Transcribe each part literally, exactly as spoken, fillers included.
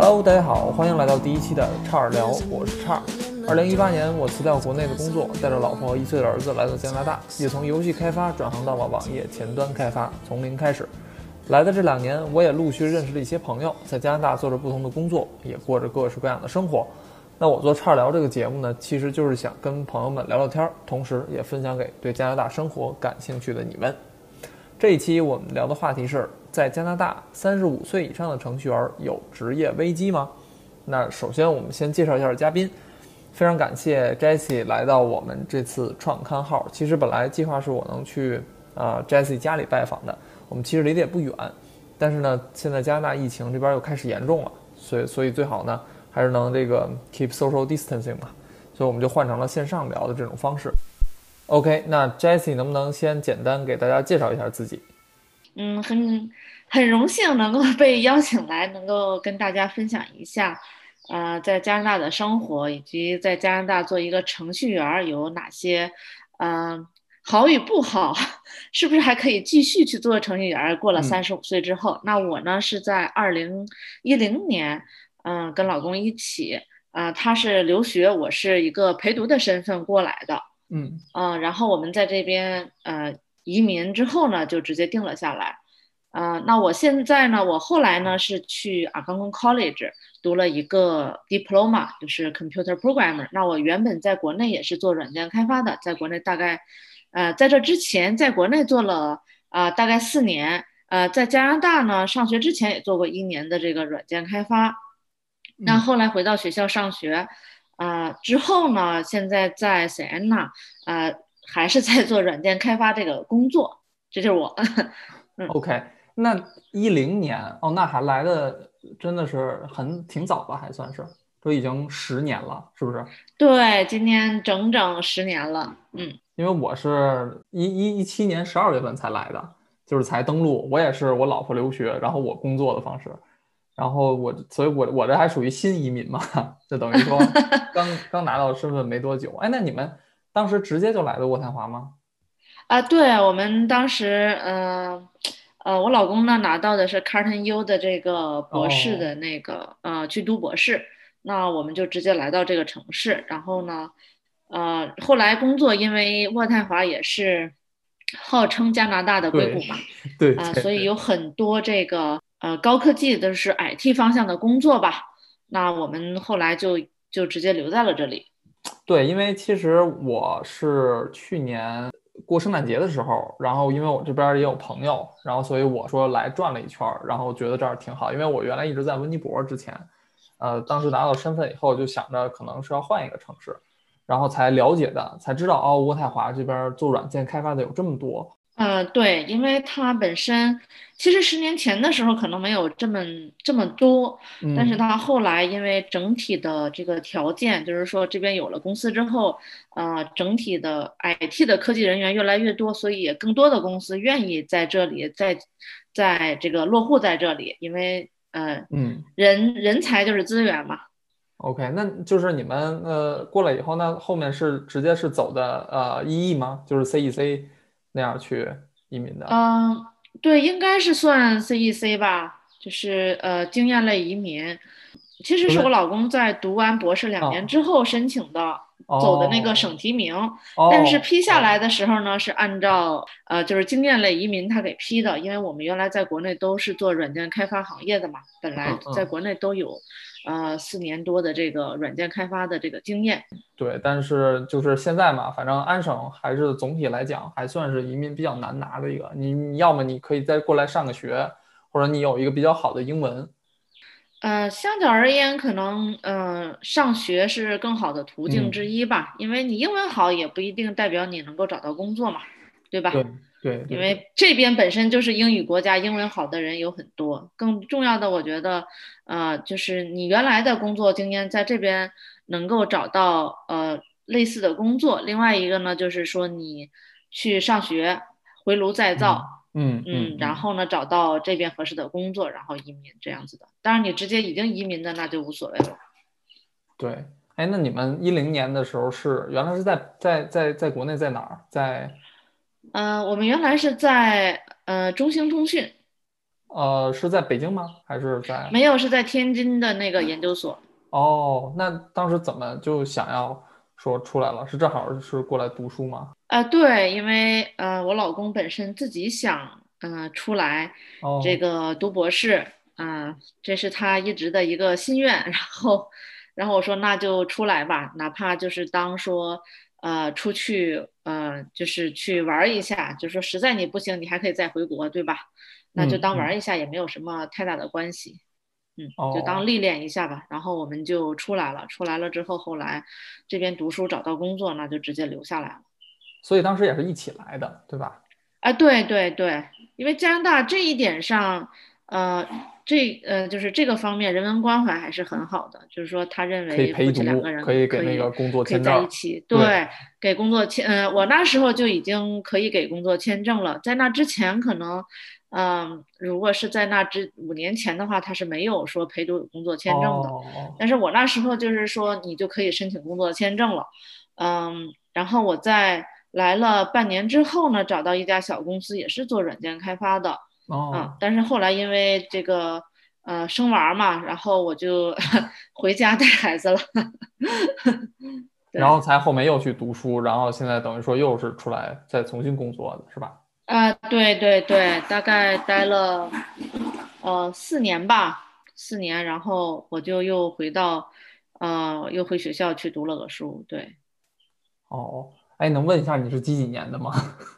Hello，大家好，欢迎来到第一期的叉尔聊，我是叉。二零一八年，我辞掉国内的工作，带着老婆和一岁的儿子来到加拿大，也从游戏开发转行到了网页前端开发，从零开始。来的这两年，我也陆续认识了一些朋友，在加拿大做着不同的工作，也过着各式各样的生活。那我做叉尔聊这个节目呢，其实就是想跟朋友们聊聊天，同时也分享给对加拿大生活感兴趣的你们。这一期我们聊的话题是，在加拿大三十五岁以上的程序员有职业危机吗？那首先我们先介绍一下嘉宾，非常感谢 Jessie 来到我们这次创刊号。其实本来计划是我能去呃 Jessie 家里拜访的，我们其实离得也不远，但是呢，现在加拿大疫情这边又开始严重了，所以所以最好呢还是能这个 keep social distancing 嘛，所以我们就换成了线上聊的这种方式。OK， 那 Jessie 能不能先简单给大家介绍一下自己？ 嗯，很很荣幸能够被邀请来，能够跟大家分享一下，呃，在加拿大的生活，以及在加拿大做一个程序员有哪些，嗯、呃，好与不好，是不是还可以继续去做程序员？过了三嗯十五岁之后，那我呢是在二零一零年，嗯、呃，跟老公一起，啊、呃，他是留学，我是一个陪读的身份过来的。 嗯嗯、呃，然后我们在这边呃移民之后呢，就直接定了下来。呃，那我现在呢，我后来呢是去阿冈宫 College 读了一个 diploma，就是 computer programmer。那我原本在国内也是做软件开发的，在国内大概，呃，在这之前在国内做了呃大概四年，呃，在加拿大呢上学之前也做过一年的这个软件开发。那嗯后来回到学校上学，呃，之后呢，现在在 Sienna，呃，还是在做软件开发这个工作，这就是我。嗯， ，OK，那一零年哦，那还来的真的是很挺早吧，还算是都已经十年了，是不是？ 对，今年整整十年了。嗯， 因为我是一一一七年十二月份才来的，就是才登陆。我也是我老婆留学，然后我工作的方式，然后我，所以我我这还属于新移民嘛，就等于说刚刚拿到身份没多久。哎，那你们当时直接就来的渥太华吗？ 啊，对，我们当时，呃，呃，我老公呢拿到的是 Carleton U 的这个博士哦， 的那个，呃，去读博士，那我们就直接来到这个城市，然后呢，呃，后来工作，因为渥太华也是号称加拿大的硅对谷嘛， 对啊、 对对所以有很多这个呃高科技的是 I T 方向的工作吧，那我们后来就就直接留在了这里。 对，因为其实我是去年过圣诞节的时候，然后因为我这边也有朋友，然后所以我说来转了一圈儿，然后觉得这儿挺好，因为我原来一直在温尼伯之前，呃，当时拿到身份以后就想着可能是要换一个城市，然后才了解的，才知道哦，渥太华这边做软件开发的有这么多。 呃，对，因为它本身其实十年前的时候可能没有这么这么多，但是嗯， 它后来因为整体的这个条件，就是说这边有了公司之后，呃，整体的 I T 的科技人员越来越多，所以也更多的公司愿意在这里在在这个落户在这里，因为呃， 嗯人人才就是资源嘛。 ，OK，那就是你们呃过来以后，那后面是直接是走的呃 E E 吗？就是 C E C 那样去移民的？ 嗯，对，应该是算 C E C 吧，就是呃经验类移民。其实就是是我老公在读完博士两年啊。 之后申请的，走的那个省哦提名，但是批下来哦哦， 的时候呢，是按照呃就是经验类移民他给批的，因为我们原来在国内都是做软件开发行业的嘛，本来嗯嗯， 在国内都有呃四年多的这个软件开发的这个经验。 对，但是就是现在嘛，反正安省还是总体来讲还算是移民比较难拿的一个。你你要么你可以再过来上个学，或者你有一个比较好的英文。 呃，相较而言，可能呃上学是更好的途径之嗯， 一吧，因为你英文好也不一定代表你能够找到工作嘛，对吧？ 对对对对， 因为这边本身就是英语国家，英文好的人有很多。更重要的，我觉得，呃，就是你原来的工作经验在这边能够找到呃类似的工作。另外一个呢，就是说你去上学，回炉再造， 嗯嗯嗯嗯，然嗯， 后呢找到这边合适的工作，然后移民这样子的。当然，你直接已经移民的那就无所谓了。 对。哎，那你们一零年的时候是原来是在在在在国内在哪儿？在嗯、呃我们原来是在呃中兴通讯。 呃，是在北京吗？还是在？ 没有，是在天津的那个研究所。 哦，那当时怎么就想要说出来了？是正好是过来读书吗？ 呃，对，因为呃，我老公本身自己想呃出来这哦， 个读博士，啊、这是他一直的一个心愿。然后，然后我说那就出来吧，哪怕就是当说呃出去呃就是去玩儿一下，就说实在你不行，你还可以再回国，对吧？那就嗯嗯， 当玩儿一下也没有什么太大的关系。嗯，就当哦， 历练一下吧。然后我们就出来了，出来了之后，后来这边读书找到工作，那就直接留下来了。 所以当时也是一起来的，对吧？ 啊，对对对，因为加拿大这一点上，呃，这呃就是这个方面人文关怀还是很好的，就是说他认可以为夫妻两个陪读，可人以给可以那个工作可以签证。 在一起， 对， 对，给工作签，呃，我那时候就已经可以给工作签证了，在那之前可能，嗯、如果是在那之五年前的话，他是没有说陪读有工作签证的， 哦， 但是我那时候就是说你就可以申请工作签证了。嗯，然后我在来了半年之后呢，找到一家小公司，也是做软件开发的，嗯， 哦， 但是后来因为这个呃生娃嘛，然后我就回家带孩子了。对， 然后才后面又去读书，然后现在等于说又是出来再重新工作的，是吧？ 啊、对对对，大概待了呃四年吧，四年，然后我就又回到呃又回学校去读了个书，对。 哦，哎，能问一下你是几几年的吗？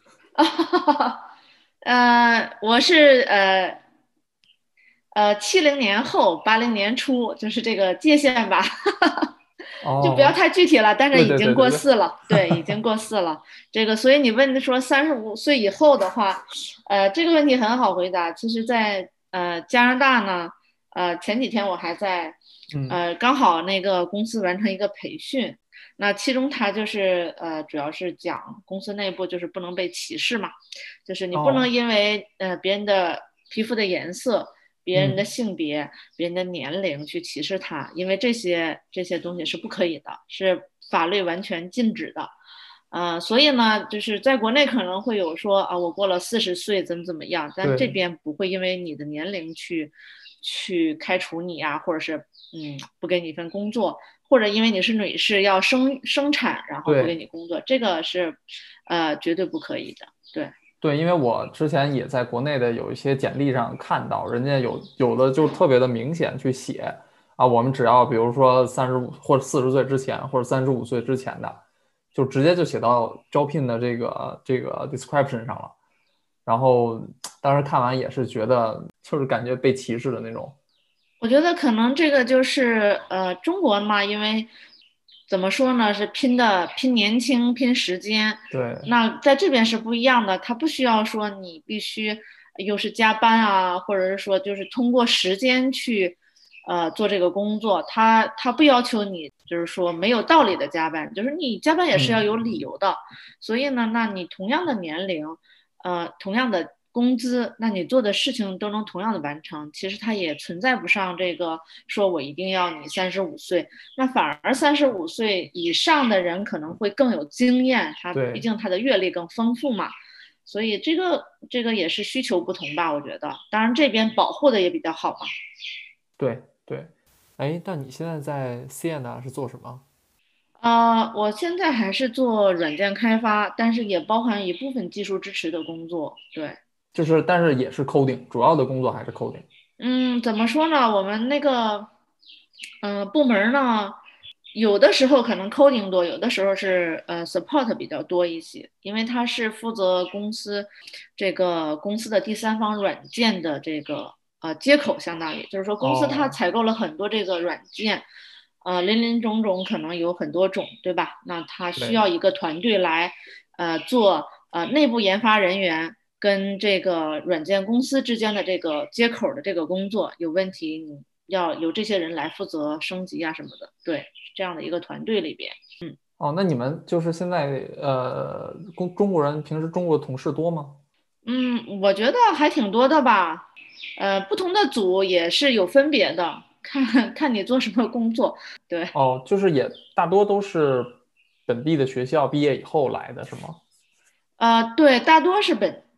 呃，我是呃呃七零年后八零年初，就是这个界限吧。就不要哦， 太具体了，但是对已经对对对对， 过四了，对，已经过四了。这个，所以你问说三十五岁以后的话，呃，这个问题很好回答。其实在，呃加拿大呢，呃前几天我还在， 嗯， 呃刚好那个公司完成一个培训，那其中它就是呃主要是讲公司内部就是不能被歧视嘛，就是你不能哦， 因为呃别人的皮肤的颜色。别人的嗯， 性别、别人的年龄去歧视他，因为这些这些东西是不可以的，是法律完全禁止的。呃，所以呢，就是在国内可能会有说啊，我过了四十岁怎么怎么样，但这对边不会因为你的年龄去去开除你啊，或者是嗯不给你一份工作，或者因为你是女士要生生产，然后不给对你工作，这个是呃绝对不可以的。对， 对，因为我之前也在国内的有一些简历上看到，人家有有的就特别的明显去写啊，我们只要比如说三十五或者四十岁之前，或者三十五岁之前的，就直接就写到招聘的这个这个 description 上了。然后当时看完也是觉得，就是感觉被歧视的那种。 我觉得可能这个就是呃，中国嘛，因为怎么说呢，是拼的拼年轻、拼时间。 对， 那在这边是不一样的，他不需要说你必须又是加班啊，或者是说就是通过时间去呃做这个工作，他他不要求你就是说没有道理的加班，就是你加班也是要嗯， 有理由的。所以呢，那你同样的年龄。呃同样的工资，那你做的事情都能同样的完成，其实它也存在不上这个说我一定要你三十五岁，那反而三十五岁以上的人可能会更有经验，他毕对竟他的阅历更丰富嘛，所以这个这个也是需求不同吧，我觉得，当然这边保护的也比较好嘛。 对对。哎，那你现在在 C N 是做什么？ 呃，我现在还是做软件开发，但是也包含一部分技术支持的工作，对。 就是但是也是 coding，主要的工作还是 coding。 嗯，怎么说呢？我们那个，嗯、部门呢，有的时候可能 coding 多，有的时候是呃 support 比较多一些，因为它是负责公司这个公司的第三方软件的这个呃接口，相当于就是说公司它哦， 采购了很多这个软件，呃林林总总可能有很多种，对吧？那它需对， 要一个团队来呃做呃内部研发人员。跟这个软件公司之间的这个接口的这个工作有问题，你要由这些人来负责升级啊什么的。对，这样的一个团队里边， 哦，那你们就是现在呃，中中国人平时中国的同事多吗？ 嗯，我觉得还挺多的吧。呃，不同的组也是有分别的，看看你做什么工作。对， 哦，就是也大多都是本地的学校毕业以后来的是吗？ 呃，对，大多是本，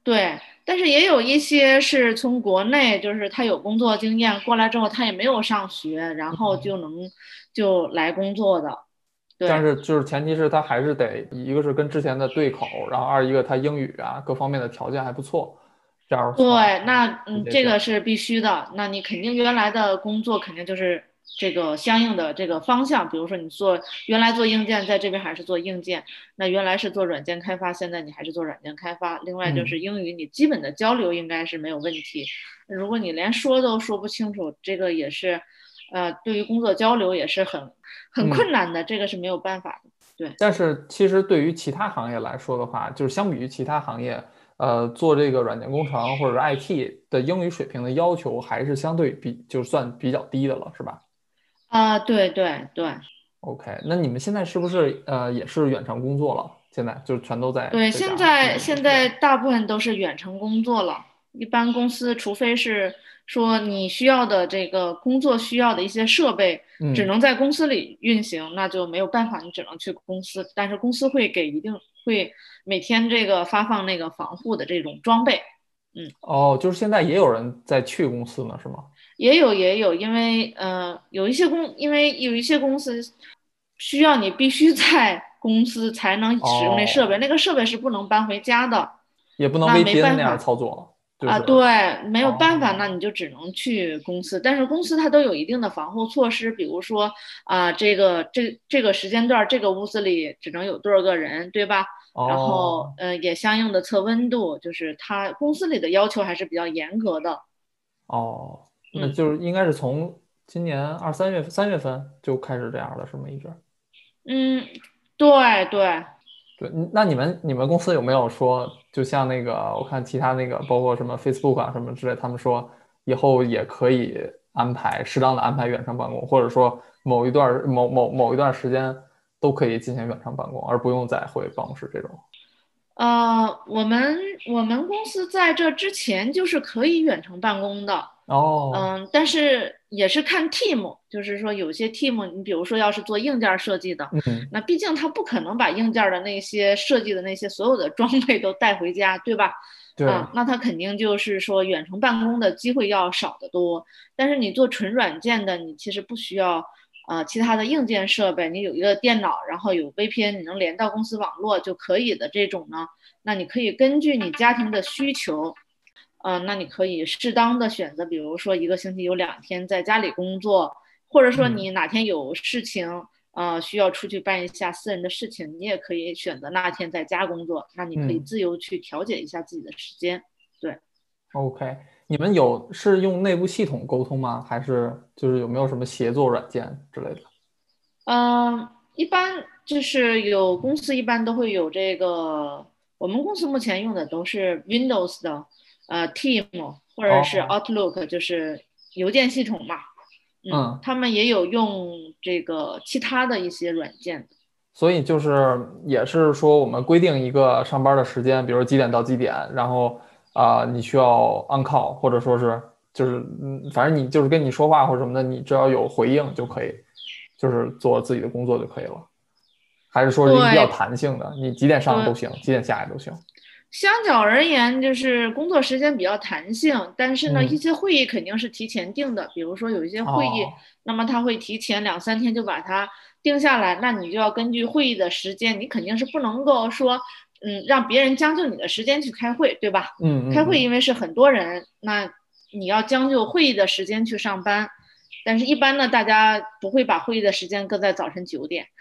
对，但是也有一些是从国内，就是他有工作经验过来之后，他也没有上学，然后就能就来工作的。对但是就是前提是他还是得一个是跟之前的对口，然后二一个他英语啊各方面的条件还不错，这样对， 算那嗯， 直接进。 这个是必须的。那你肯定原来的工作肯定就是这个相应的这个方向，比如说你做原来做硬件，在这边还是做硬件，那原来是做软件开发，现在你还是做软件开发。另外就是嗯英语，你基本的交流应该是没有问题。如果你连说都说不清楚，这个也是，呃，对于工作交流也是很很嗯。 困难的，这个是没有办法的。对。 但是其实对于其他行业来说的话，就是相比于其他行业，呃，做这个软件工程或者是 I T 的英语水平的要求还是相对比就算比较低的了，是吧啊，对对对。 ？OK，那你们现在是不是呃也是远程工作了？现在就全都在对， 在现家进行实验？ 在现在大部分都是远程工作了。一般公司，除非是说你需要的这个工作需要的一些设备只嗯。 能在公司里运行，那就没有办法，你只能去公司。但是公司会给一定会每天这个发放那个防护的这种装备。嗯， 哦，就是现在也有人在去公司呢，是吗？ 也有也有，因为呃有一些公，因为有一些公司需要你必须在公司才能使用那设备， 哦， 那个设备是不能搬回家的。 也不能那没 V P N 那样办法。 操作，就啊， 是对，没有办法，那哦你就只能去公司。但是公司它都有一定的防护措施，比如说啊，这个这这个时间段儿，这个屋子里只能有多少个人，对吧？然后哦呃，也相应的测温度，就是它公司里的要求还是比较严格的。 哦，那嗯就是应该是从今年二三月三月份就开始这样了，是吗？一直。 嗯，对对。 对，嗯那你们你们公司有没有说，就像那个我看其他那个，包括什么 Facebook 啊什么之类，他们说以后也可以安排适当的安排远程办公，或者说某一段儿某某某一段时间都可以进行远程办公，而不用再回办公室这种。 呃，我们我们公司在这之前就是可以远程办公的。 哦， 嗯，但是也是看 team，就是说有些 team，你比如说要是做硬件设计的， 嗯， 那毕竟他不可能把硬件的那些设计的那些所有的装备都带回家，对吧？ 对， 啊，那他肯定就是说远程办公的机会要少得多。但是你做纯软件的，你其实不需要呃其他的硬件设备，你有一个电脑，然后有 V P N，你能连到公司网络就可以的这种呢，那你可以根据你家庭的需求。呃，那你可以适当的选择，比如说一个星期有两天在家里工作，或者说嗯你哪天有事情，呃，需要出去办一下私人的事情，你也可以选择那天在家工作，那你可以嗯自由去调节一下自己的时间。对。 ，OK，你们有是用内部系统沟通吗？还是就是有没有什么协作软件之类的？ 嗯，一般就是有公司一般都会有这个，我们公司目前用的都是 Windows 的，呃，Team 或者是哦， Outlook，就是邮件系统嘛。嗯， 嗯。 他们也有用这个其他的一些软件。 所以就是也是说，我们规定一个上班的时间，比如几点到几点，然后啊、你需要 on call，或者说是就是嗯，反正你就是跟你说话或者什么的，你只要有回应就可以，就是做自己的工作就可以了。还是说是一个比较对弹性的，你几点上都对， 行，几点下也都行。 相较而言，就是工作时间比较弹性，但是呢，一嗯， 些会议肯定是提前定的。比如说有一些会议， 哦， 那么他会提前两三天就把它定下来，那你就要根据会议的时间，你肯定是不能够说，嗯，让别人将就你的时间去开会，对吧？ 嗯嗯开会因嗯， 为是很多人，那你要将就会议的时间去上班。但是，一般呢，大家不会把会议的时间搁在早晨九点。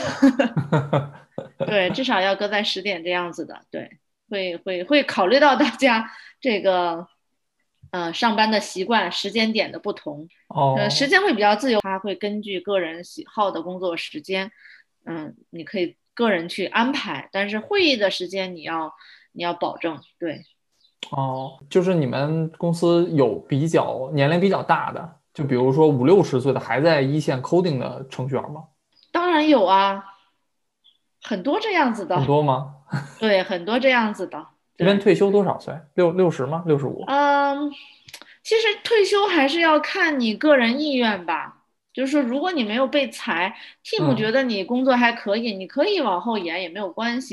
对，至少要搁在十点这样子的。对，会会会考虑到大家这个呃上班的习惯、时间点的不同。呃，时哦。 间会比较自由，它会根据个人喜好的工作时间，嗯，你可以个人去安排，但是会议的时间你要你要保证。对。 哦，就是你们公司有比较年龄比较大的，就比如说五六十岁的还在一线 coding 的程序员吗？ 当然有啊，很多这样子很的。 多吗？ 对，很多这样子的。对。 这边退休多少岁？六六十吗？六十五？ 嗯，其实退休还是要看你个人意愿吧。就是说，如果你没有被裁，Team 觉嗯， 得你工作还可以，你可以往后延也没有关系。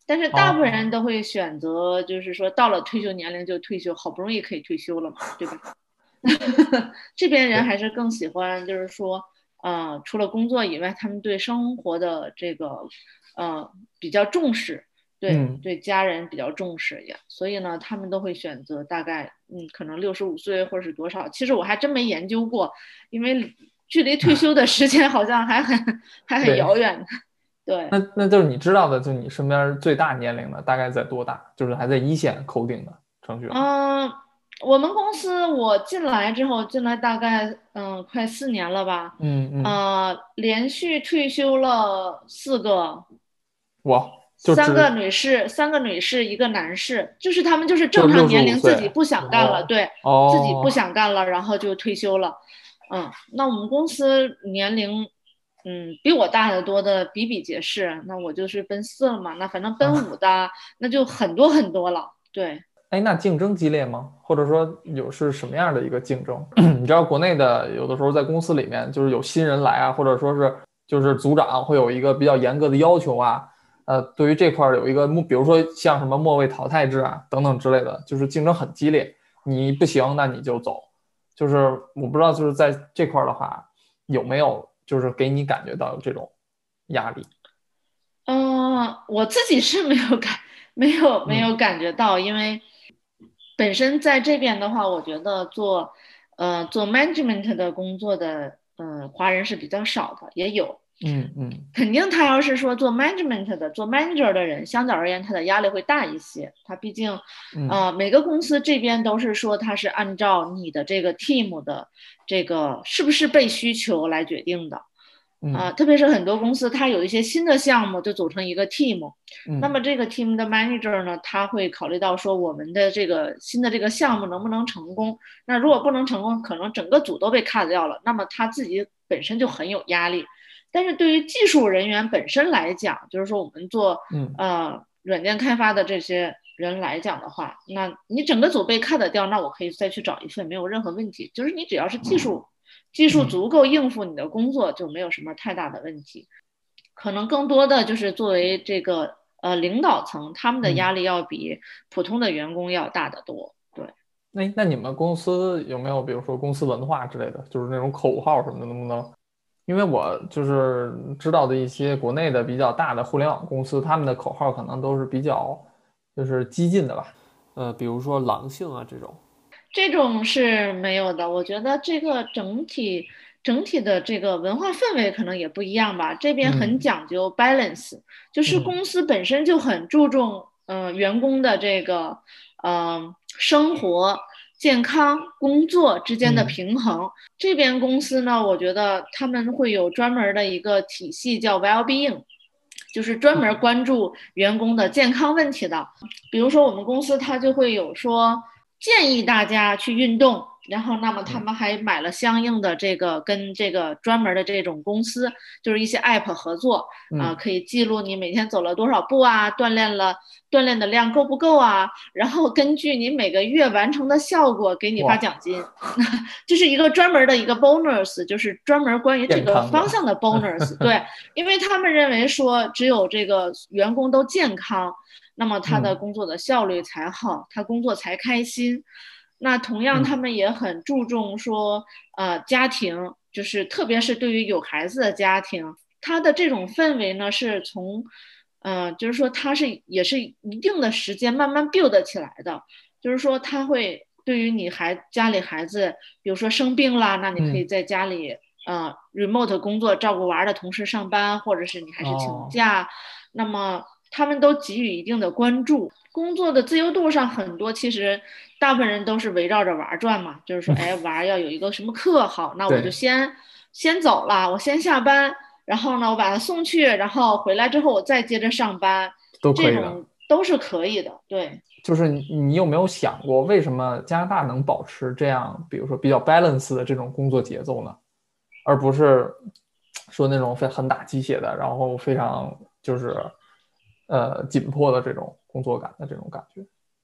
但是大部分人哦， 都会选择，就是说到了退休年龄就退休，好不容易可以退休了嘛，对吧？这边人对， 还是更喜欢，就是说，呃，除了工作以外，他们对生活的这个，呃，比较重视，对嗯， 对家人比较重视呀，所以呢，他们都会选择大概，嗯，可能六十五岁或者是多少。其实我还真没研究过，因为距离退休的时间好像还很还很对， 遥远呢。对。 那那就是你知道的，就你身边最大年龄的大概在多大？就是还在一线口顶的程序员。 嗯，我们公司我进来之后，进来大概嗯快四年了吧， 嗯嗯， 呃，连续退休了四个， 哇，就三个只女士，三个女士，一个男士，就是他们就是正就六十常年五岁。 龄自己不想干了， 哦对，自己不哦， 想干了，然后就退休了。嗯，那我们公司年龄，嗯，比我大得多的比比皆是。那我就是奔四了嘛，那反正奔五啊， 的那就很多很多了，对。 哎，那竞争激烈吗？或者说有是什么样的一个竞争？你知道国内的有的时候在公司里面就是有新人来啊，或者说是就是组长会有一个比较严格的要求啊，呃，对于这块儿有一个目，比如说像什么末位淘汰制啊等等之类的，就是竞争很激烈，你不行那你就走。就是我不知道就是在这块儿的话有没有就是给你感觉到有这种压力？ 嗯，我自己是没有感，没有没有嗯感觉到，因为本身在这边的话，我觉得做呃做 management 的工作的，呃，华人是比较少的，也有。 嗯嗯肯定他要是说做 management 的，做 manager 的人，相较而言，他的压力会大一些。他毕竟， 嗯呃，每个公司这边都是说他是按照你的这个 team 的这个是不是被需求来决定的。呃， 嗯特别是很多公司，它有一些新的项目就组成一个 team，那么嗯这个 team 的 manager 呢，他会考虑到说我们的这个新的这个项目能不能成功。那如果不能成功，可能整个组都被 cut 掉了，那么他自己本身就很有压力。但是对于技术人员本身来讲，就是说我们做嗯呃软件开发的这些人来讲的话，那你整个组被 cut 掉，那我可以再去找一份，没有任何问题。就是你只要是技术技术嗯足够应付你的工作，就没有什么太大的问题。可能更多的就是作为这个呃领导层，他们的压嗯。 力要比普通的员工要大得多。对。 那那你们公司有没有比如说公司文化之类的，就是那种口号什么的，能不能？因为我就是知道的一些国内的比较大的互联网公司，他们的口号可能都是比较就是激进的吧，呃，比如说狼性啊这种。 这种是没有的，我觉得这个整体整体的这个文化氛围可能也不一样吧。这边很嗯讲究 balance，就是嗯公司本身就很注重呃员工的这个呃生活、健康、工作之间的嗯平衡。这边公司呢，我觉得他们会有专门的一个体系叫 well-being，就是专门嗯， 关注员工的健康问题的。比如说我们公司它就会有说建议大家去运动，然后那么他嗯们还买了相应的这个跟这个专门的这种公司，就是一些 app 合作啊、呃嗯， 可以记录你每天走了多少步啊，锻炼了锻炼的量够不够啊，然后根据你每个月完成的效果给你发哇， 奖金。这是一个专门的一个 bonus，就是专门关于这个健康的。 方向的 bonus。对，因为他们认为说只有这个员工都健康，那么他的嗯工作的效率才好，他工作才开心。那同样，他嗯们也很注重说，呃，家庭，就是特别是对于有孩子的家庭，他的这种氛围呢，是从，呃，就是说他是也是一定的时间慢慢 build 起来的。就是说他会对于你孩家里孩子，比如说生病啦，那你可以嗯， 在家里呃 remote 工作，照顾娃的同时上班，或者是你还是请哦， 假，那么他们都给予一定的关注。工作的自由度上很多，其实大部分人都是围绕着娃转嘛，就是说，哎，娃要有一个什么课，好，那我就对， 先先走了，我先下班，然后呢，我把他送去，然后回来之后我再接着上班， 都可以的。 这种都是可以的，对。 就是你你有没有想过，为什么加拿大能保持这样，比如说比较 balance 的这种工作节奏呢？而不是说那种非很打鸡血的，然后非常就是呃紧迫的这种工作感的这种感觉。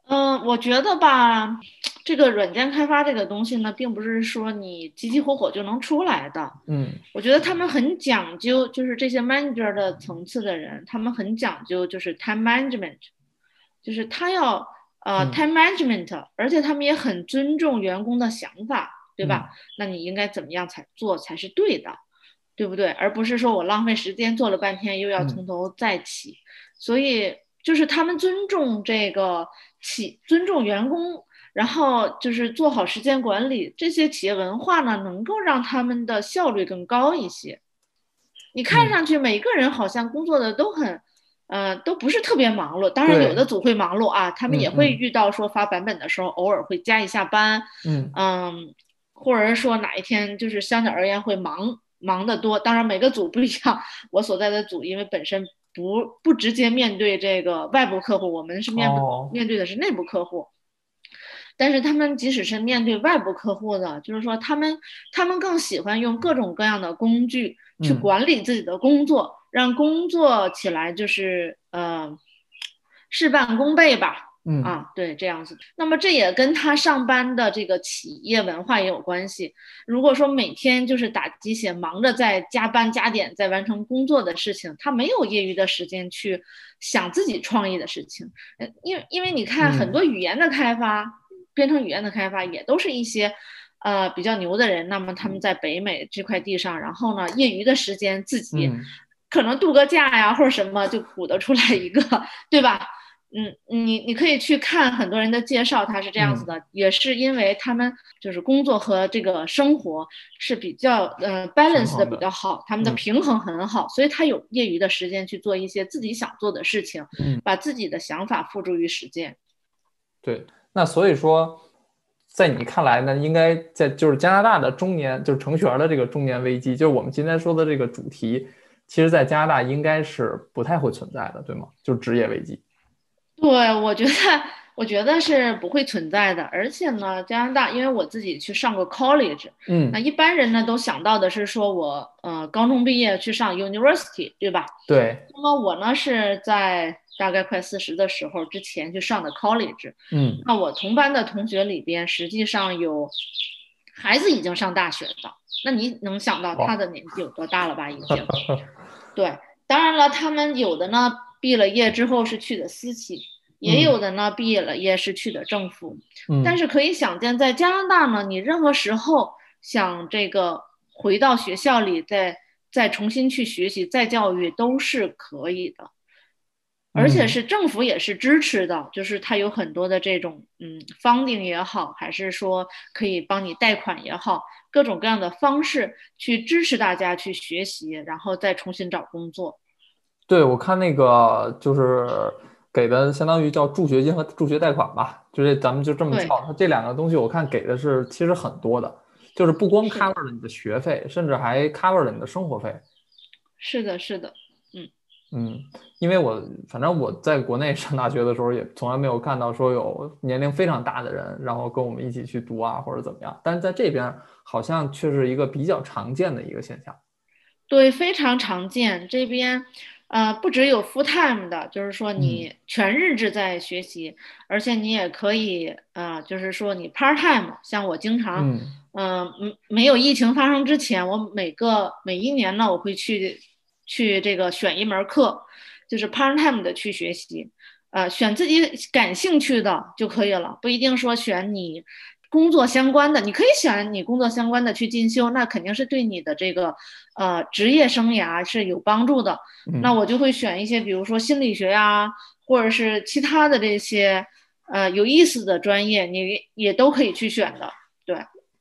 嗯、呃我觉得吧，这个软件开发这个东西呢，并不是说你急急火火就能出来的。 嗯我觉得他们很讲究，就是这些 manager 的层次的人，他们很讲究，就是 time management，就是他要呃嗯 time management，而且他们也很尊重员工的想法，对吧？ 嗯那你应该怎么样才做才是对的，对不对？而不是说我浪费时间做了半天又要从嗯头再起。所以就是他们尊重这个企，尊重员工，然后就是做好时间管理，这些企业文化呢，能够让他们的效率更高一些。你看嗯， 上去每个人好像工作的都很，呃，都不是特别忙碌。当然，有的对， 组会忙碌啊，他们也会嗯嗯遇到说发版本的时候，偶尔会加一下班， 嗯嗯，或者是说哪一天就是相对而言会忙忙得多。当然，每个组不一样。我所在的组因为本身不不直接面对这个外部客户，我们是面哦面对的是内部客户。但是他们即使是面对外部客户的，就是说他们他们更喜欢用各种各样的工具去嗯管理自己的工作，让工作起来就是呃事半功倍吧。 嗯啊，对，这样子。那么这也跟他上班的这个企业文化也有关系。如果说每天就是打鸡血，忙着在加班加点，在完成工作的事情，他没有业余的时间去想自己创意的事情。呃，因为因为你看很嗯多语言的开发，编程语言的开发也都是一些呃比较牛的人，那么他们在北美这块地上，然后呢，业余的时间自己嗯可能度个假呀或者什么，就鼓得出来一个，对吧？嗯，你你可以去看很多人的介绍，他是这样子嗯， 的，也是因为他们就是工作和这个生活是比较呃 balance 的比平衡的， 较好，他们的嗯平衡很好，所以他有业余的时间去做一些自己想做的事情， 嗯， 把自己的想法付诸于实践。 对。那所以说，在你看来呢，应该在就是加拿大的中年，就是程序员的这个中年危机，就是我们今天说的这个主题，其实在加拿大应该是不太会存在的，对吗？就是职业危机。 对，我觉得，我觉得是不会存在的。而且呢，加拿大，因为我自己去上过 college，那嗯， 一般人呢都想到的是说我呃高中毕业去上 university，对吧？ 对， 那么我呢是在大概快四十的时候之前去上的 college。 嗯， 那我同班的同学里边，实际上有孩子已经上大学的，那你能想到他哇， 的年纪有多大了吧？已经。对，当然了，他们有的呢，毕了业之后是去的私企，也有嗯的呢，毕业了业是去的政府。但嗯， 是可以想见，在加拿大呢，你任何时候想这个回到学校里再再重新去学习再教育都是可以的，而且嗯， 是政府也是支持的，就是它有很多的这种嗯 funding 也好，还是说可以帮你贷款也好，各种各样的方式去支持大家去学习，然后再重新找工作。 对，我看那个就是给的相当于叫助学金和助学贷款吧，就是咱们就这么对， 叫，它这两个东西我看给的是其实很多的，就是不光是的， cover 了你的学费，甚至还 cover 了你的生活费。 是的，是的，嗯。 嗯，因为我反正我在国内上大学的时候，也从来没有看到说有年龄非常大的人，然后跟我们一起去读啊或者怎么样，但是在这边好像却是一个比较常见的一个现象。 对，非常常见。这边，呃，不只有 full time 的，就是说嗯你全日制在学习，而且你也可以，呃，就是说你 part time。像我经常， 嗯嗯、呃，没没有疫情发生之前，我每个每一年呢，我会去去这个选一门课，就是 part time 的去学习，呃，选自己感兴趣的就可以了，不一定说选你工作相关的，你可以选你工作相关的去进修，那肯定是对你的这个呃职业生涯是有帮助的。那嗯我就会选一些，比如说心理学呀，或者是其他的这些呃有意思的专业，你也都可以去选的。对，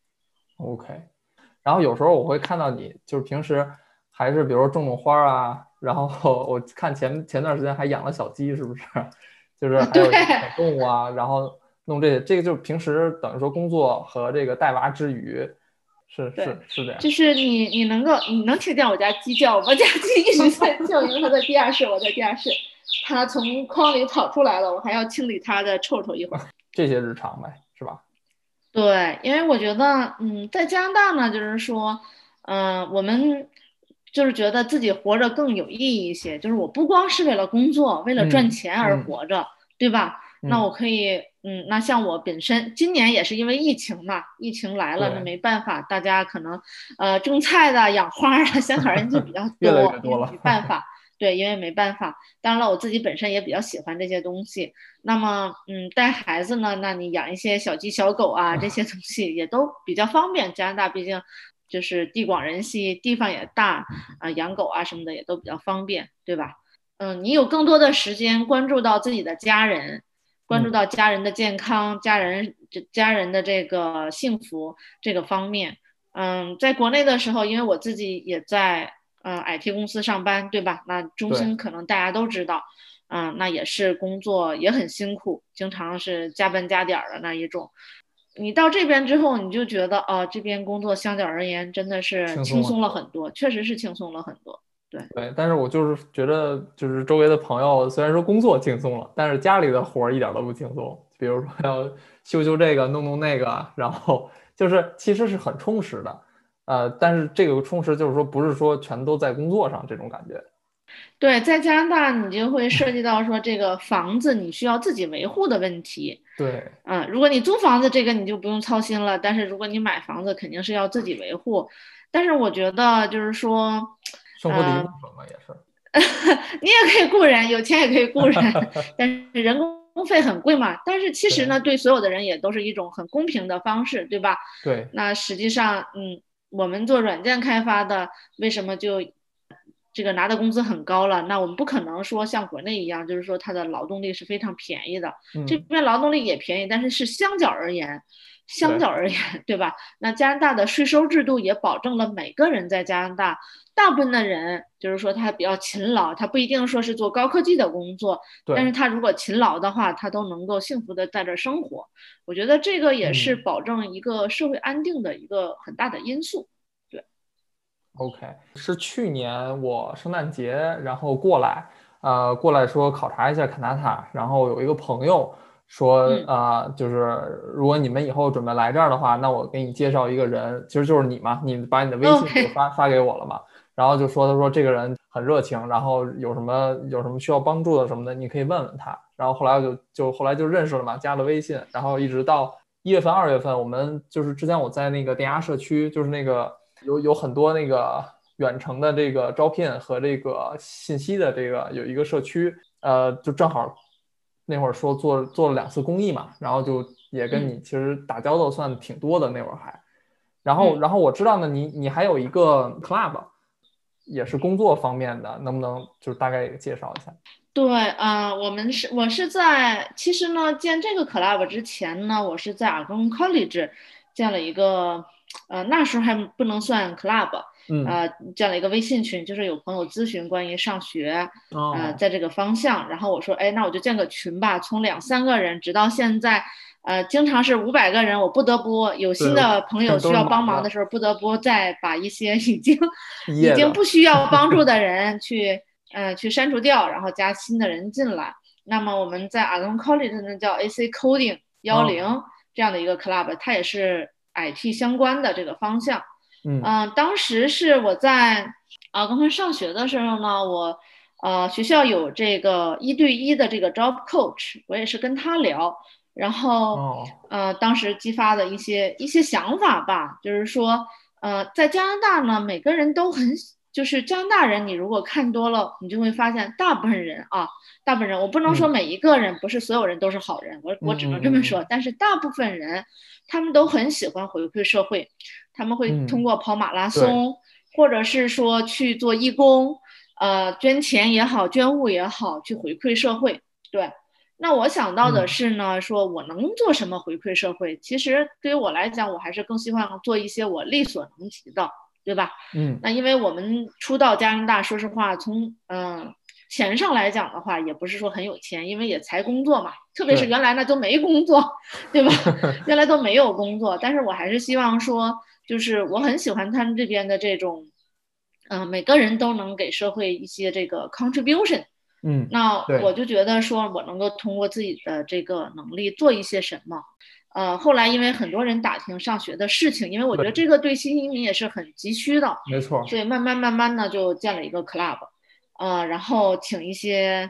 ，OK。然后有时候我会看到你，就是平时还是比如说种种花儿啊，然后我看前前段时间还养了小鸡，是不是？就是啊， 还对， 有一些小动物啊，然后弄这些，这个就是平时等于说工作和这个带娃之余，是对， 是是这样。 就是你你能够你能听见我家鸡叫，我家鸡一直在叫，因为它在地下室，我在地下室，它从筐里跑出来了，我还要清理它的臭臭一会儿。 这些日常呗，是吧？ 对，因为我觉得，嗯，在加拿大呢，就是说，嗯、我们就是觉得自己活着更有意义一些，就是我不光是为了工作，为了赚嗯钱而嗯活着，对吧？ 那我可以，嗯，那像我本身今年也是因为疫情嘛，疫情来了，那没办法，大家可能呃种菜的、养花啊，香港人就比较多， 越来越多了， 没办法，对，因为没办法。当然了，我自己本身也比较喜欢这些东西。那么，嗯，带孩子呢，那你养一些小鸡、小狗啊，这些东西也都比较方便。加拿大毕竟就是地广人稀，地方也大啊，养狗啊什么的也都比较方便，对吧？嗯，你有更多的时间关注到自己的家人。关注到家人的健康、家人家人的这个幸福这个方面。嗯，在国内的时候，因为我自己也在呃 I T 公司上班，对吧？那中兴可能大家都知道，嗯，那也是工作也很辛苦，经常是加班加点的那一种。你到这边之后，你就觉得哦，这边工作相较而言真的是轻松了很多，确实是轻松了很多。对对，但是我就是觉得，就是周围的朋友虽然说工作轻松了，但是家里的活儿一点都不轻松。比如说要修修这个，弄弄那个，然后就是其实是很充实的，呃，但是这个充实就是说不是说全都在工作上这种感觉。 对，在加拿大你就会涉及到说这个房子你需要自己维护的问题。 对， 嗯，如果你租房子这个你就不用操心了，但是如果你买房子肯定是要自己维护。但是我觉得就是说， 生活的一部分嘛，也是。 你也可以雇人，有钱也可以雇人，但是人工费很贵嘛。但是其实呢，对所有的人也都是一种很公平的方式，对吧？ 对。 那实际上，嗯，我们做软件开发的，为什么就这个拿的工资很高了？那我们不可能说像国内一样，就是说它的劳动力是非常便宜的， 嗯、 这边劳动力也便宜，但是是相较而言。相较而言，对吧？那加拿大的税收制度也保证了每个人在加拿大，大部分的人就是说他比较勤劳，他不一定说是做高科技的工作，但是他如果勤劳的话，他都能够幸福的在这生活。我觉得这个也是保证一个社会安定的一个很大的因素。对 ，OK， 是去年我圣诞节然后过来，呃，过来说考察一下卡纳塔，然后有一个朋友。说啊、呃，就是如果你们以后准备来这儿的话，那我给你介绍一个人，其实就是你嘛，你把你的微信就发、okay. 发给我了嘛，然后就说他说这个人很热情，然后有什么有什么需要帮助的什么的，你可以问问他。然后后来就就后来就认识了嘛，加了微信，然后一直到一月份、二月份，我们就是之前我在那个电压社区，就是那个有有很多那个远程的这个招聘和这个信息的这个有一个社区，呃，就正好。那会儿说做做了两次公益嘛，然后就也跟你其实打交道算挺多的那会儿还，然后然后我知道呢，你你还有一个 club， 也是工作方面的，能不能就是大概介绍一下？ 对，啊、呃，我们是我是在其实呢建这个 club 之前呢，我是在 Argonne College 建了一个，呃，那时候还不能算 club。呃，建了一个微信群，就是有朋友咨询关于上学， 哦、 呃，在这个方向，然后我说，哎，那我就建个群吧，从两三个人直到现在，呃，经常是五百个人，我不得不有新的朋友需要帮忙的时候，不得不再把一些已经已经不需要帮助的人去，呃，去删除掉，然后加新的人进来。那么我们在 Argonne College 呢叫 A C Coding 幺零、哦、这样的一个 club， 它也是 I T 相关的这个方向。 嗯、 呃，当时是我在啊刚刚上学的时候呢，我呃学校有这个一对一的这个 job coach， 我也是跟他聊，然后、 哦、 呃当时激发的一些一些想法吧，就是说呃在加拿大呢，每个人都很就是加拿大人，你如果看多了，你就会发现大部分人啊，大部分人我不能说每一个人，嗯、不是所有人都是好人，我我只能这么说， 嗯、 但是大部分人他们都很喜欢回馈社会。他们会通过跑马拉松， 嗯、 或者是说去做义工，呃，捐钱也好，捐物也好，去回馈社会。对，那我想到的是呢，嗯、说我能做什么回馈社会？其实对于我来讲，我还是更希望做一些我力所能及的，对吧？ 嗯， 那因为我们初到加拿大，说实话，从嗯。呃钱上来讲的话，也不是说很有钱，因为也才工作嘛，特别是原来呢都没工作，对吧？原来都没有工作，但是我还是希望说，就是我很喜欢他们这边的这种，嗯、呃，每个人都能给社会一些这个 contribution。 嗯， 那我就觉得说我能够通过自己的这个能力做一些什么。呃，后来因为很多人打听上学的事情，因为我觉得这个对新移民也是很急需的， 没错， 所以慢慢慢慢的就建了一个 club。呃，然后请一些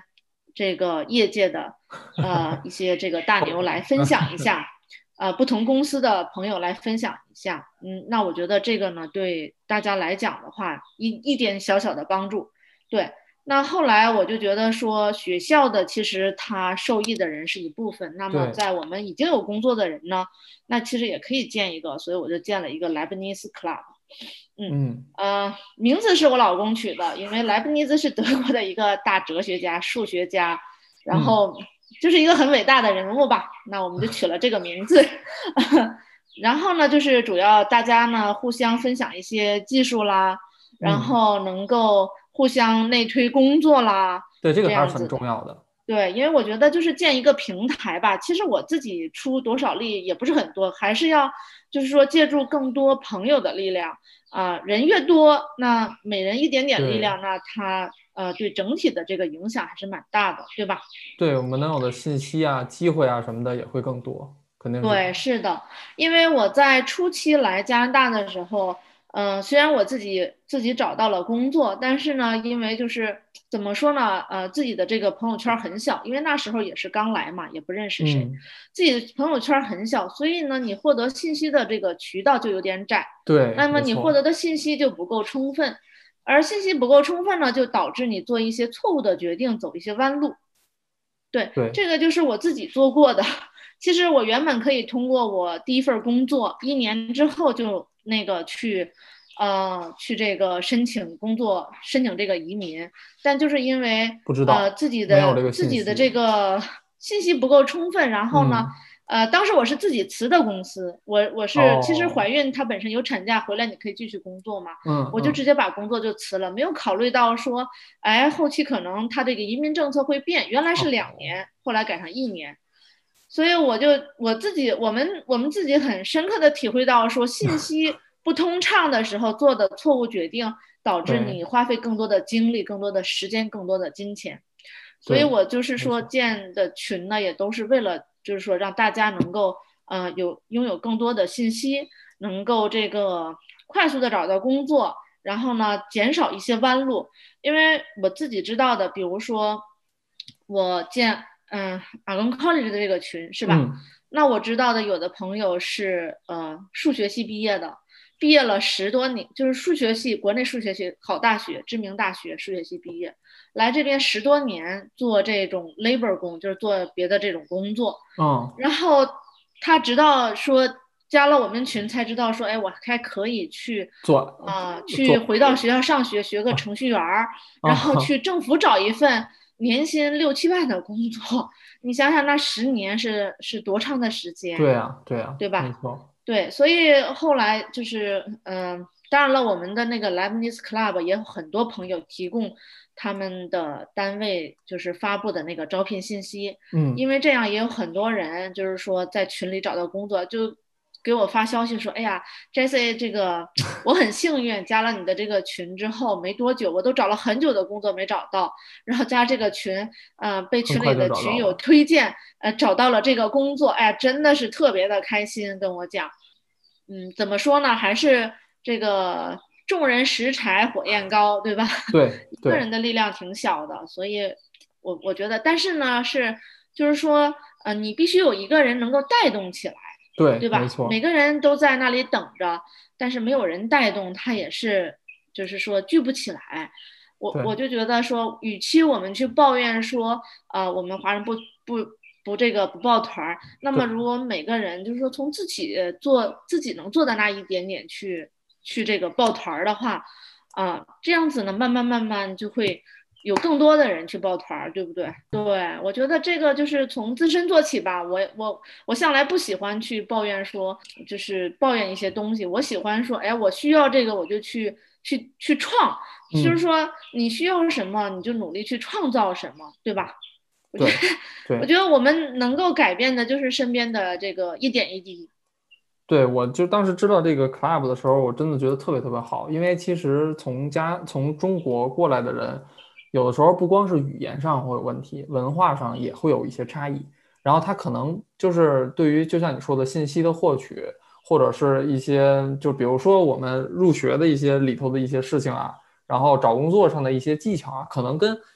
这个业界的呃一些这个大牛来分享一下，呃不同公司的朋友来分享一下，嗯，那我觉得这个呢对大家来讲的话，一一点小小的帮助，对。那后来我就觉得说，学校的其实他受益的人是一部分，那么在我们已经有工作的人呢，那其实也可以建一个，所以我就建了一个 Lebanese Club。嗯呃，名字是我老公取的，因为莱布尼兹是德国的一个大哲学家、数学家，然后就是一个很伟大的人物吧。那我们就取了这个名字。然后呢，就是主要大家呢互相分享一些技术啦，然后能够互相内推工作啦。 对，这个还是很重要的。 对，因为我觉得就是建一个平台吧，其实我自己出多少力也不是很多，还是要就是说借助更多朋友的力量啊、呃，人越多，那每人一点点力量，那他呃对整体的这个影响还是蛮大的，对吧？ 对，我们能有的信息啊、机会啊什么的也会更多，肯定是。 对，是的，因为我在初期来加拿大的时候。嗯、呃，虽然我自己自己找到了工作，但是呢，因为就是怎么说呢，呃，自己的这个朋友圈很小，因为那时候也是刚来嘛，也不认识谁， 嗯、 自己的朋友圈很小，所以呢，你获得信息的这个渠道就有点窄。 对， 那么你获得的信息就不够充分，而信息不够充分呢，就导致你做一些错误的决定，走一些弯路。对， 对， 这个就是我自己做过的。其实我原本可以通过我第一份工作，一年之后就那个去，呃，去这个申请工作，申请这个移民，但就是因为不知道呃自己的没有这个自己的这个信息不够充分，然后呢， 嗯、 呃，当时我是自己辞的公司，我我是、 哦、 其实怀孕它本身有产假，回来你可以继续工作嘛， 嗯， 我就直接把工作就辞了，没有考虑到说，哎，后期可能他这个移民政策会变，原来是两年， 哦、 后来改成一年。所以我就我自己，我们我们自己很深刻的体会到，说信息不通畅的时候做的错误决定，导致你花费更多的精力、更多的时间、更多的金钱。所以我就是说建的群呢，也都是为了，就是说让大家能够呃有拥有更多的信息，能够这个快速的找到工作，然后呢减少一些弯路。因为我自己知道的，比如说我建。嗯 ，Argonne College 的这个群是吧？ 嗯、 那我知道的有的朋友是呃数学系毕业的，毕业了十多年，就是数学系，国内数学系好大学，知名大学数学系毕业，来这边十多年做这种 labor 工，就是做别的这种工作。 嗯， 然后他直到说加了我们群才知道说，哎，我还可以去做啊、呃，去回到学校上学，学个程序员儿，然后去政府找一份。年薪六七万的工作，你想想那十年是是多长的时间？ 对啊，对啊， 对吧？ 没错。 对，所以后来就是嗯、呃，当然了，我们的那个 Lebanese Club 也有很多朋友提供他们的单位就是发布的那个招聘信息， 嗯， 因为这样也有很多人就是说在群里找到工作就。给我发消息说：“哎呀，Jessie，这个我很幸运，加了你的这个群之后没多久，我都找了很久的工作没找到，然后加这个群，呃，被群里的群友推荐，呃，找到了这个工作，哎呀，真的是特别的开心，跟我讲，嗯，怎么说呢，还是这个众人拾柴火焰高，对吧？ 对， 一个人的力量挺小的，所以我我觉得，但是呢，是就是说，呃，你必须有一个人能够带动起来。” 对， 对吧？每个人都在那里等着，但是没有人带动，他也是，就是说聚不起来。我我就觉得说，与其我们去抱怨说，呃，我们华人不不不这个不抱团，那么如果每个人就是说从自己做自己能做的那一点点去去这个抱团的话，啊、呃，这样子呢，慢慢慢慢就会。有更多的人去抱团，对不对？对，我觉得这个就是从自身做起吧。我我我向来不喜欢去抱怨说，就是抱怨一些东西。我喜欢说，哎，我需要这个，我就去去去创， 嗯、 就是说你需要什么，你就努力去创造什么，对吧？我觉得，我觉得我们能够改变的就是身边的这个一点一滴。 对，我就当时知道这个 club 的时候，我真的觉得特别特别好，因为其实从家从中国过来的人。有的时候不光是语言上会有问题，文化上也会有一些差异。然后他可能就是对于就像你说的信息的获取，或者是一些就比如说我们入学的一些里头的一些事情啊，然后找工作上的一些技巧啊，可能跟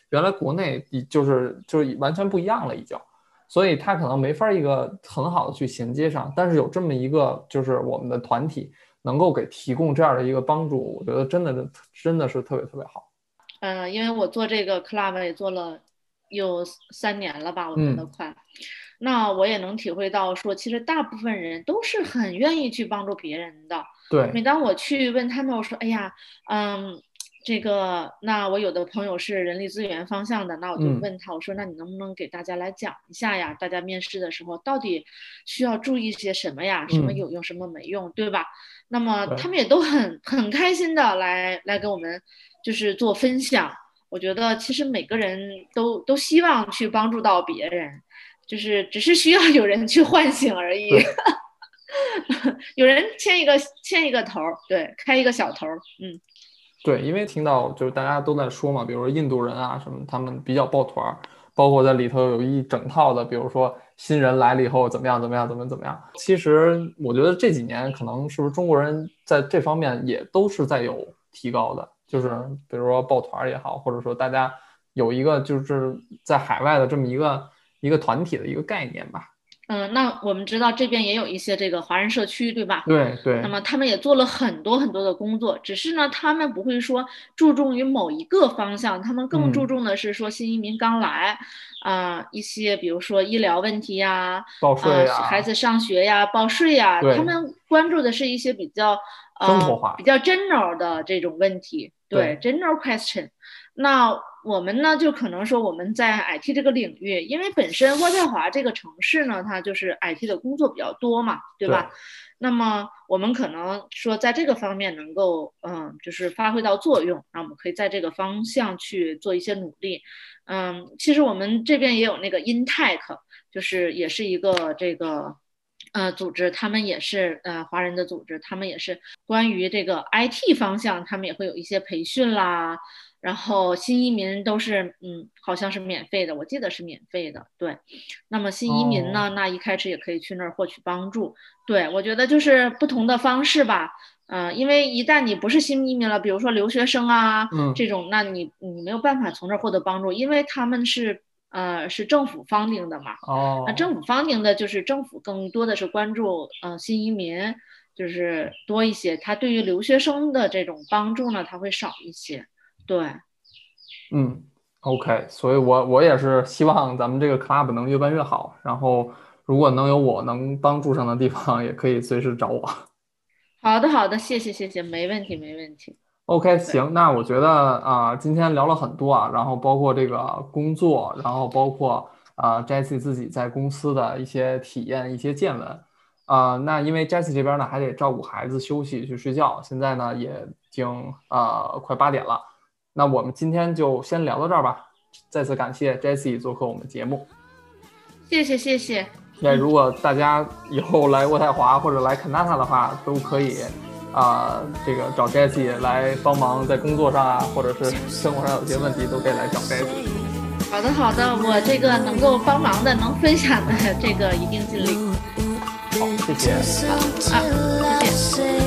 原来国内就是就是完全不一样了已经，所以它可能没法一个很好的去衔接上，但是有这么一个就是我们的团体能够给提供这样的一个帮助，我觉得真的真的是特别特别好。 嗯、呃，因为我做这个 club 也做了有三年了吧，我觉得快。嗯，那我也能体会到说，其实大部分人都是很愿意去帮助别人的。 对， 每当我去问他们，我说，哎呀，嗯，这个，那我有的朋友是人力资源方向的，那我就问他，我说，那你能不能给大家来讲一下呀？大家面试的时候到底需要注意些什么呀？什么有用，什么没用，对吧？那么他们也都很很开心的来来给我们就是做分享。我觉得其实每个人都都希望去帮助到别人，就是只是需要有人去唤醒而已。有人牵一个牵一个头，对，开一个小头，嗯， 对，因为听到就是大家都在说嘛，比如说印度人啊什么，他们比较抱团，包括在里头有一整套的，比如说新人来了以后怎么样怎么样怎么怎么样。其实我觉得这几年可能是不是中国人在这方面也都是在有提高的，就是比如说抱团也好，或者说大家有一个就是在海外的这么一个一个团体的一个概念吧。 嗯，那我们知道这边也有一些这个华人社区，对吧？ 对对。 那么他们也做了很多很多的工作，只是呢，他们不会说注重于某一个方向，他们更注重的是说新移民刚来，啊、嗯呃，一些比如说医疗问题呀， 报税呀、 呃，孩子上学呀，报税呀，他们关注的是一些比较呃生活化、 比较 general 的这种问题，对, 对 general question。那我们呢，就可能说我们在 I T 这个领域，因为本身渥太华这个城市呢，它就是 I T 的工作比较多嘛，对吧？对，那么我们可能说在这个方面能够，嗯，就是发挥到作用，那我们可以在这个方向去做一些努力。嗯，其实我们这边也有那个 Intech， 就是也是一个这个。呃，组织他们也是呃华人的组织，他们也是关于这个 I T 方向，他们也会有一些培训啦。然后新移民都是嗯，好像是免费的，我记得是免费的。对，那么新移民呢，哦、那一开始也可以去那儿获取帮助。对，我觉得就是不同的方式吧。嗯、呃，因为一旦你不是新移民了，比如说留学生啊、嗯、这种，那你你没有办法从这儿获得帮助，因为他们是。呃，是政府 funding 的嘛？哦，那政府 funding 的就是政府更多的是关注呃新移民，就是多一些。他对于留学生的这种帮助呢，他会少一些。对， 嗯 ，OK， 所以我我也是希望咱们这个 club 能越办越好。然后，如果能有我能帮助上的地方，也可以随时找我。 好的，好的，谢谢，谢谢，没问题，没问题。 OK， 行，那我觉得啊、呃，今天聊了很多啊，然后包括这个工作，然后包括啊、呃、Jessie 自己在公司的一些体验、一些见闻啊、呃。那因为 Jessie 这边呢还得照顾孩子、休息去睡觉，现在呢也已经啊、呃、快八点了。那我们今天就先聊到这儿吧。再次感谢 Jessie 做客我们节目。 谢谢，谢谢。 那如果大家以后来渥太华或者来肯纳塔的话，都可以。啊、呃，这个找 Jessie 来帮忙，在工作上啊，或者是生活上有些问题，都可以来找 Jessie。 好的，好的，我这个能够帮忙的、能分享的，这个一定尽力。 好，谢谢。 好啊，谢谢。